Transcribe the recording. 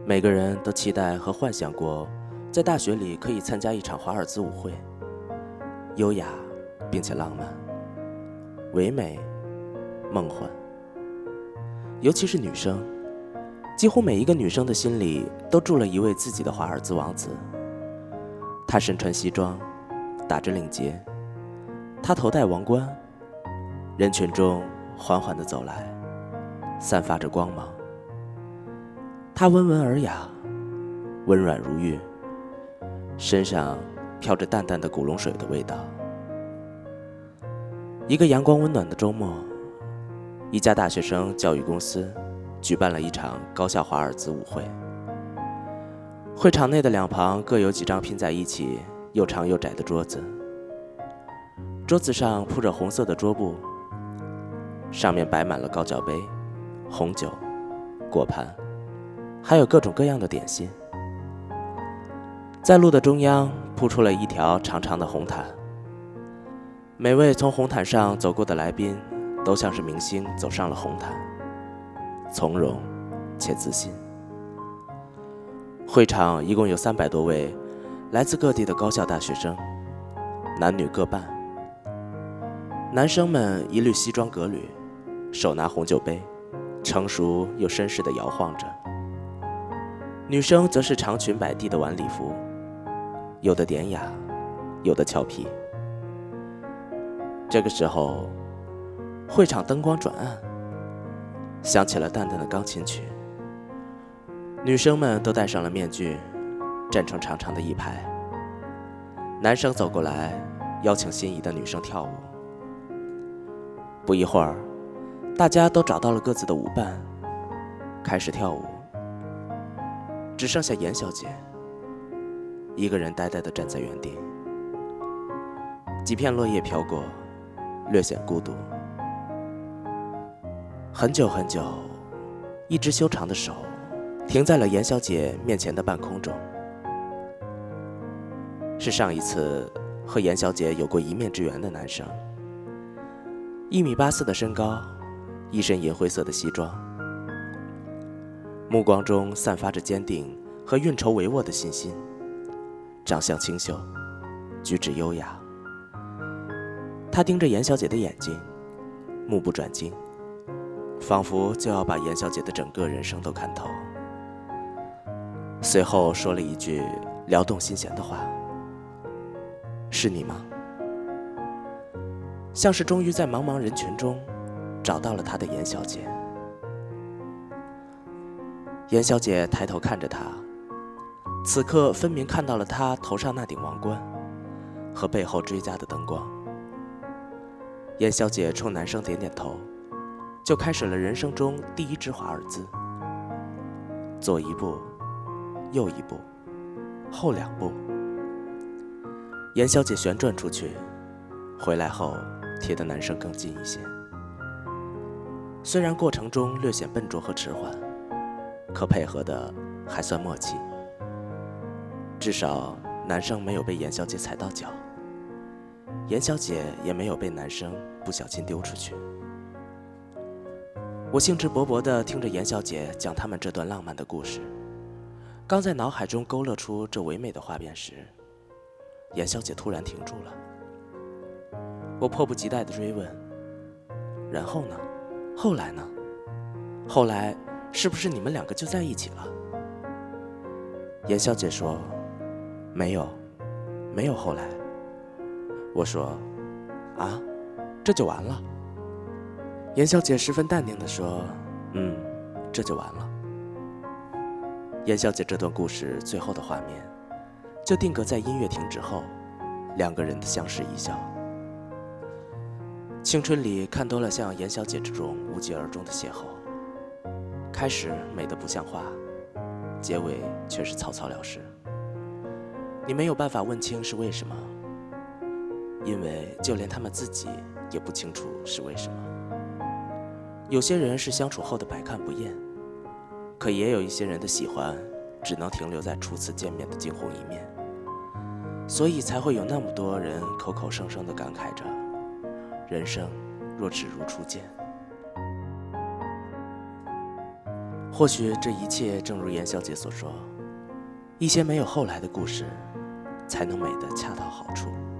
每个人都期待和幻想过，在大学里可以参加一场华尔兹舞会，优雅并且浪漫，唯美、梦幻。尤其是女生，几乎每一个女生的心里都住了一位自己的华尔兹王子。他身穿西装，打着领结，他头戴王冠，人群中缓缓地走来，散发着光芒。他温文尔雅，温软如玉，身上飘着淡淡的古龙水的味道。一个阳光温暖的周末，一家大学生教育公司举办了一场高校华尔兹舞会。会场内的两旁各有几张拼在一起又长又窄的桌子，桌子上铺着红色的桌布，上面摆满了高脚杯、红酒、果盘，还有各种各样的点心。在路的中央铺出了一条长长的红毯，每位从红毯上走过的来宾都像是明星走上了红毯，从容且自信。会场一共有300多位来自各地的高校大学生，男女各半。男生们一律西装革履，手拿红酒杯，成熟又绅士地摇晃着。女生则是长裙摆地的晚礼服，有的典雅，有的俏皮。这个时候，会场灯光转暗，响起了淡淡的钢琴曲。女生们都戴上了面具，站成长长的一排。男生走过来，邀请心仪的女生跳舞。不一会儿，大家都找到了各自的舞伴，开始跳舞。只剩下严小姐一个人呆呆地站在原地。几片落叶飘过，略显孤独。很久很久，一只修长的手停在了严小姐面前的半空中。是上一次和严小姐有过一面之缘的男生，1.84米的身高，一身银灰色的西装，目光中散发着坚定和运筹帷幄的信心，长相清秀，举止优雅。他盯着严小姐的眼睛，目不转睛，仿佛就要把严小姐的整个人生都看透。随后说了一句撩动心弦的话：“是你吗？”像是终于在茫茫人群中找到了他的严小姐。严小姐抬头看着他，此刻分明看到了他头上那顶王冠和背后追加的灯光。严小姐冲男生点点头，就开始了人生中第一支华尔兹。左一步，右一步，后2步。严小姐旋转出去，回来后贴得男生更近一些。虽然过程中略显笨拙和迟缓，可配合的还算默契。至少男生没有被严小姐踩到脚，严小姐也没有被男生不小心丢出去。我兴致勃勃地听着严小姐讲他们这段浪漫的故事，刚在脑海中勾勒出这唯美的画面时，严小姐突然停住了。我迫不及待地追问：“然后呢？后来呢？后来是不是你们2个就在一起了？”严小姐说：“没有，没有后来。”我说：“啊，这就完了？”严小姐十分淡定地说：“这就完了。”严小姐这段故事最后的画面，就定格在音乐停止后，2个人的相视一笑。青春里看多了像严小姐这种无疾而终的邂逅，开始美得不像话，结尾却是草草了事。你没有办法问清是为什么，因为就连他们自己也不清楚是为什么。有些人是相处后的百看不厌，可也有一些人的喜欢只能停留在初次见面的惊鸿一面，所以才会有那么多人口口声声地感慨着人生若只如初见。 或许这一切正如严小姐所说，一些没有后来的故事，才能美得恰到好处。